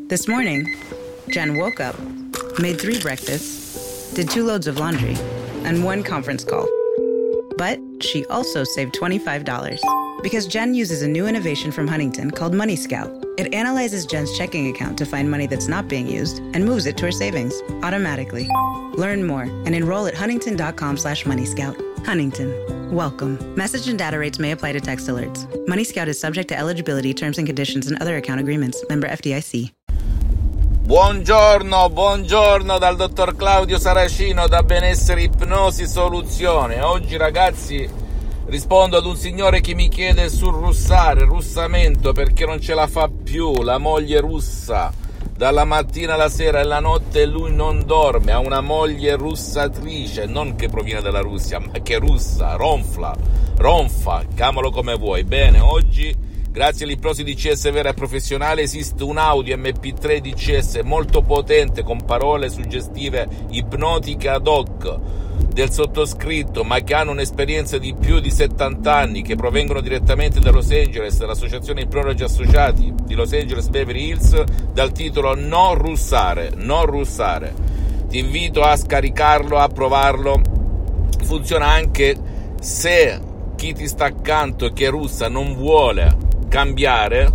This morning, Jen woke up, made 3 breakfasts, did 2 loads of laundry, and 1 conference call. But she also saved $25 because Jen uses a new innovation from Huntington called Money Scout. It analyzes Jen's checking account to find money that's not being used and moves it to her savings automatically. Learn more and enroll at huntington.com/moneyscout. Huntington. Welcome. Message and data rates may apply to text alerts. Money Scout is subject to eligibility, terms and conditions, and other account agreements. Member FDIC. Buongiorno dal dottor Claudio Saracino da Benessere Ipnosi Soluzione. Oggi, ragazzi, rispondo ad un signore che mi chiede sul russamento, perché non ce la fa più, la moglie russa. Dalla mattina alla sera e la notte lui non dorme, ha una moglie russatrice, non che proviene dalla Russia, ma che russa, ronfa, chiamalo come vuoi. Bene, oggi, grazie all'ipnosi DCS vera e professionale, esiste un audio MP3 DCS molto potente con parole suggestive ipnotiche ad hoc del sottoscritto, ma che hanno un'esperienza di più di 70 anni, che provengono direttamente da Los Angeles, dall'associazione Ipnologi Associati di Los Angeles Beverly Hills, dal titolo Non russare. Ti invito a scaricarlo, a provarlo. Funziona anche se chi ti sta accanto che russa non vuole cambiare.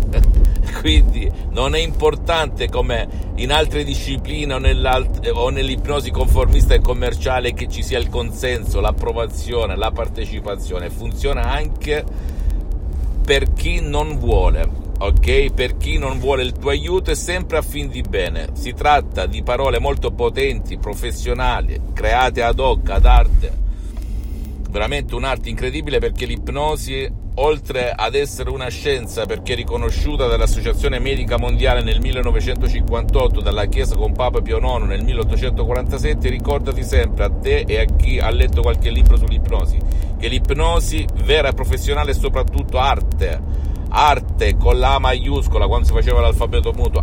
Quindi non è importante come in altre discipline o nell'ipnosi conformista e commerciale che ci sia il consenso, l'approvazione, la partecipazione. Funziona anche per chi non vuole, ok? Per chi non vuole il tuo aiuto è sempre a fin di bene. Si tratta di parole molto potenti, professionali, create ad hoc, ad arte. Veramente un'arte incredibile, perché l'ipnosi, oltre ad essere una scienza, perché riconosciuta dall'Associazione Medica Mondiale nel 1958, dalla Chiesa con Papa Pio IX nel 1847, ricordati sempre, a te e a chi ha letto qualche libro sull'ipnosi, che l'ipnosi vera e professionale è soprattutto arte con la A maiuscola, quando si faceva l'alfabeto muto,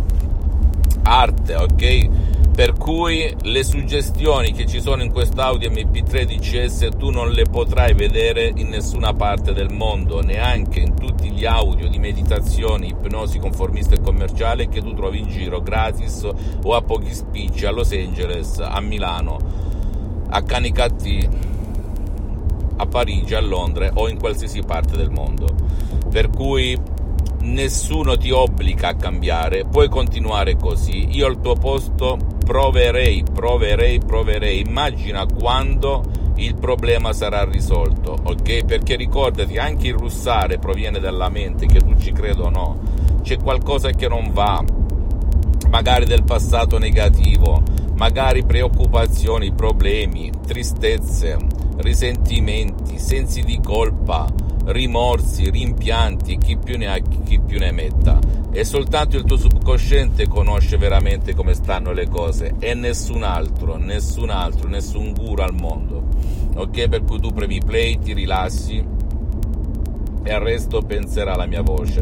arte, ok? Per cui le suggestioni che ci sono in quest'audio MP3 DCS tu non le potrai vedere in nessuna parte del mondo, neanche in tutti gli audio di meditazioni, ipnosi conformista e commerciale che tu trovi in giro gratis o a pochi spicci a Los Angeles, a Milano, a Canicattì, a Parigi, a Londra o in qualsiasi parte del mondo. Per cui nessuno ti obbliga a cambiare, puoi continuare così. Io al tuo posto proverei. Immagina quando il problema sarà risolto, ok? Perché ricordati, anche il russare proviene dalla mente, che tu ci creda o no. C'è qualcosa che non va, magari del passato negativo, magari preoccupazioni, problemi, tristezze, risentimenti, sensi di colpa, rimorsi, rimpianti, chi più ne ha chi più ne metta. E soltanto il tuo subconsciente conosce veramente come stanno le cose, e nessun altro, nessun guru al mondo, ok? Per cui tu premi play, ti rilassi e al resto penserà la mia voce,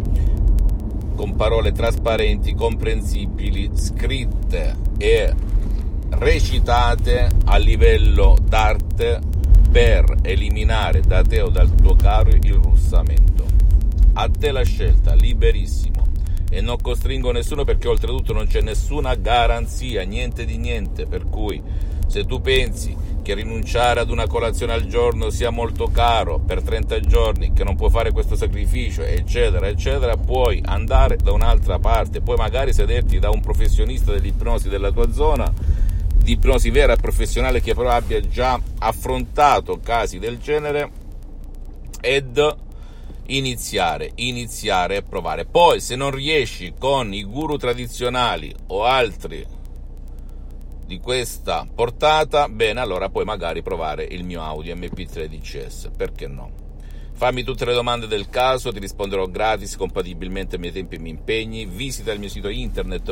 con parole trasparenti, comprensibili, scritte e recitate a livello d'arte, per eliminare da te o dal tuo caro il russamento. A te la scelta, liberissimo, e non costringo nessuno, perché oltretutto non c'è nessuna garanzia, niente di niente. Per cui se tu pensi che rinunciare ad una colazione al giorno sia molto caro per 30 giorni, che non puoi fare questo sacrificio, eccetera, puoi andare da un'altra parte, puoi magari sederti da un professionista dell'ipnosi della tua zona, di ipnosi vera e professionale, che però abbia già affrontato casi del genere, ed iniziare a provare. Poi, se non riesci con i guru tradizionali o altri di questa portata, bene, allora puoi magari provare il mio audio MP3 DCS, perché no? Fammi tutte le domande del caso, ti risponderò gratis, compatibilmente ai miei tempi e ai miei impegni. Visita il mio sito internet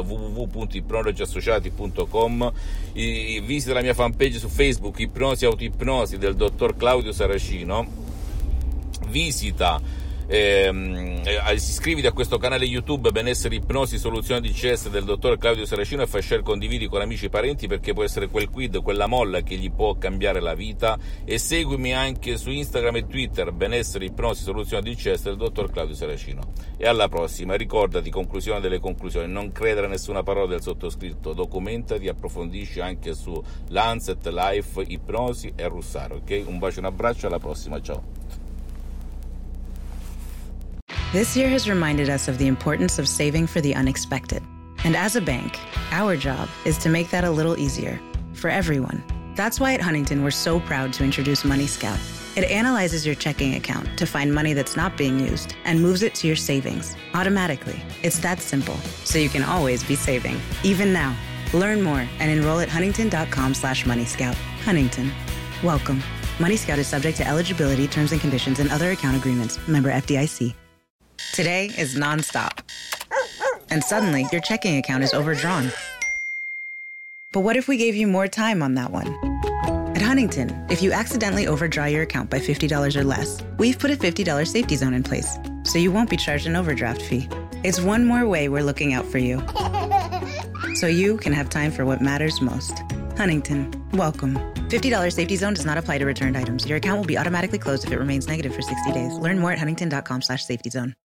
www.ipnologiassociati.com, visita la mia fanpage su Facebook, Ipnosi Autoipnosi del dottor Claudio Saracino, visita Iscriviti a questo canale YouTube Benessere Ipnosi Soluzione DCS del dottor Claudio Saracino e fai share, condividi con amici e parenti, perché può essere quel quid, quella molla che gli può cambiare la vita. E seguimi anche su Instagram e Twitter Benessere Ipnosi Soluzione DCS del dottor Claudio Saracino. E alla prossima. Ricordati, conclusione delle conclusioni, non credere a nessuna parola del sottoscritto, documentati, approfondisci anche su Lancet, Life, Ipnosi e Russaro, ok? Un bacio, un abbraccio, alla prossima, ciao. This year has reminded us of the importance of saving for the unexpected. And as a bank, our job is to make that a little easier for everyone. That's why at Huntington, we're so proud to introduce Money Scout. It analyzes your checking account to find money that's not being used and moves it to your savings automatically. It's that simple, so you can always be saving, even now. Learn more and enroll at huntington.com/moneyscout. Huntington. Welcome. Money Scout is subject to eligibility, terms and conditions, and other account agreements. Member FDIC. Today is nonstop. And suddenly, your checking account is overdrawn. But what if we gave you more time on that one? At Huntington, if you accidentally overdraw your account by $50 or less, we've put a $50 safety zone in place, so you won't be charged an overdraft fee. It's one more way we're looking out for you, so you can have time for what matters most. Huntington, welcome. $50 safety zone does not apply to returned items. Your account will be automatically closed if it remains negative for 60 days. Learn more at huntington.com/safety zone.